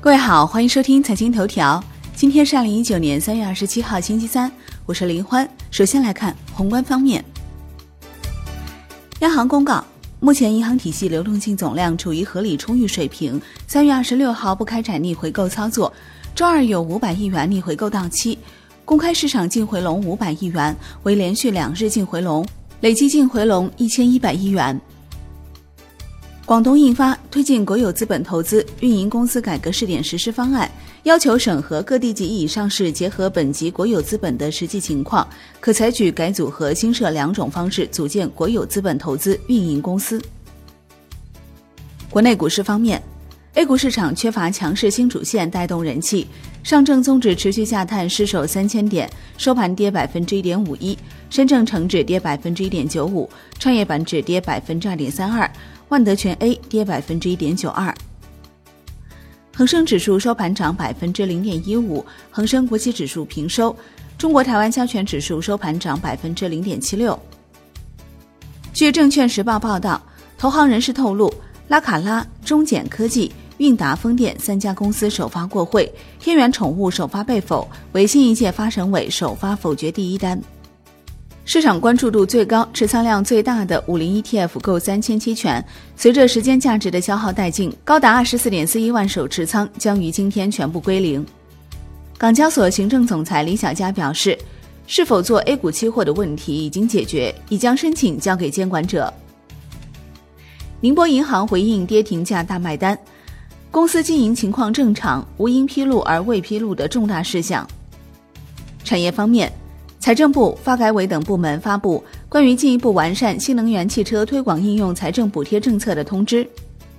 各位好，欢迎收听财经头条。今天是2019年3月27号星期三，我是林欢。首先来看宏观方面。央行公告，目前银行体系流动性总量处于合理充裕水平，3月26号不开展逆回购操作，周二有500亿元逆回购到期，公开市场净回笼500亿元，为连续2日净回笼，累计净回笼1100亿元。广东印发推进国有资本投资运营公司改革试点实施方案，要求审核各地级以上市结合本级国有资本的实际情况，可采取改组合新设2种方式组建国有资本投资运营公司。国内股市方面， A 股市场缺乏强势新主线带动人气，上证综指持续下探失守3000点，收盘跌 1.51%， 深证成指跌 1.95%， 创业板指跌 2.32%， 万德全 A 跌 1.92%。 恒生指数收盘涨 0.15%， 恒生国企指数平收，中国台湾加权指数收盘涨 0.76%。 据证券时报报道，投行人士透露，拉卡拉、中简科技、韵达风电3家公司首发过会，天元宠物首发被否，为新一届发审委首发否决第一单。市场关注度最高、持仓量最大的50 ETF 购3000期权，随着时间价值的消耗殆尽，高达 24.41 万手持仓将于今天全部归零。港交所行政总裁李小加表示，是否做 A 股期货的问题已经解决，已将申请交给监管者。宁波银行回应跌停价大卖单，公司经营情况正常，无因披露而未披露的重大事项。产业方面，财政部、发改委等部门发布关于进一步完善新能源汽车推广应用财政补贴政策的通知。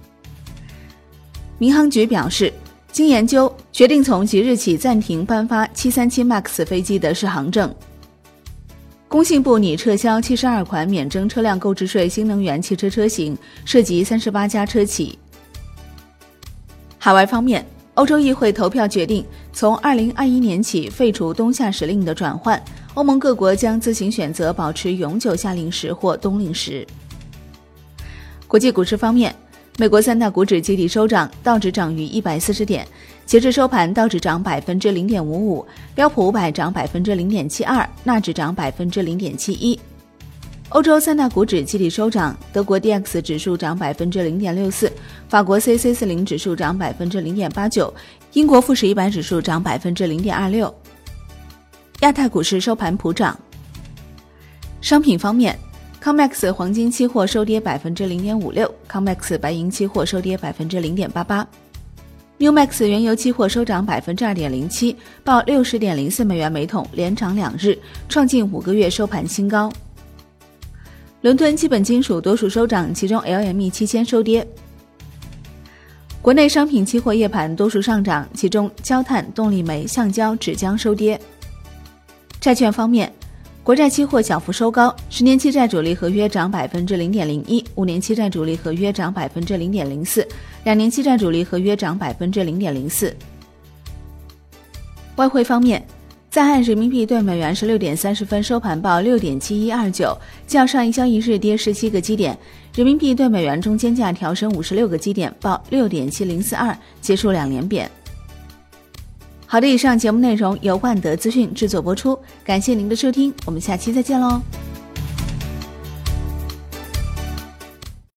民航局表示，经研究决定从即日起暂停颁发737 MAX 飞机的适航证。工信部拟撤销72款免征车辆购置税新能源汽车车型，涉及38家车企。海外方面，欧洲议会投票决定从2021年起废除冬夏时令的转换，欧盟各国将自行选择保持永久夏令时或冬令时。国际股市方面，美国3大股指集体收涨，道指涨逾140点，截至收盘，道指涨 0.55%， 标普500涨 0.72%， 纳指涨 0.71%。欧洲3大股指集体收涨，德国 DAX 指数涨 0.64%， 法国 CAC40 指数涨 0.89%， 英国富时100指数涨 0.26%。 亚太股市收盘普涨。商品方面， COMEX 黄金期货收跌 0.56%， COMEX 白银期货收跌 0.88%。 NewMax 原油期货收涨 2.07%， 报 60.04 美元每桶，连涨2日，创近5个月收盘新高。伦敦基本金属多数收涨，其中 LME 期铅收跌。国内商品期货夜盘多数上涨，其中焦炭、动力煤、橡胶、纸浆收跌。债券方面，国债期货小幅收高，10年期债主力合约涨 0.01%， 5年期债主力合约涨 0.04%， 2年期债主力合约涨 0.04%。 外汇方面，在岸人民币对美元16点30分收盘报 6.7129， 较上一交易日跌17个基点，人民币对美元中间价调升56个基点，报 6.7042， 结束2连贬。好的，以上节目内容由万德资讯制作播出，感谢您的收听，我们下期再见喽。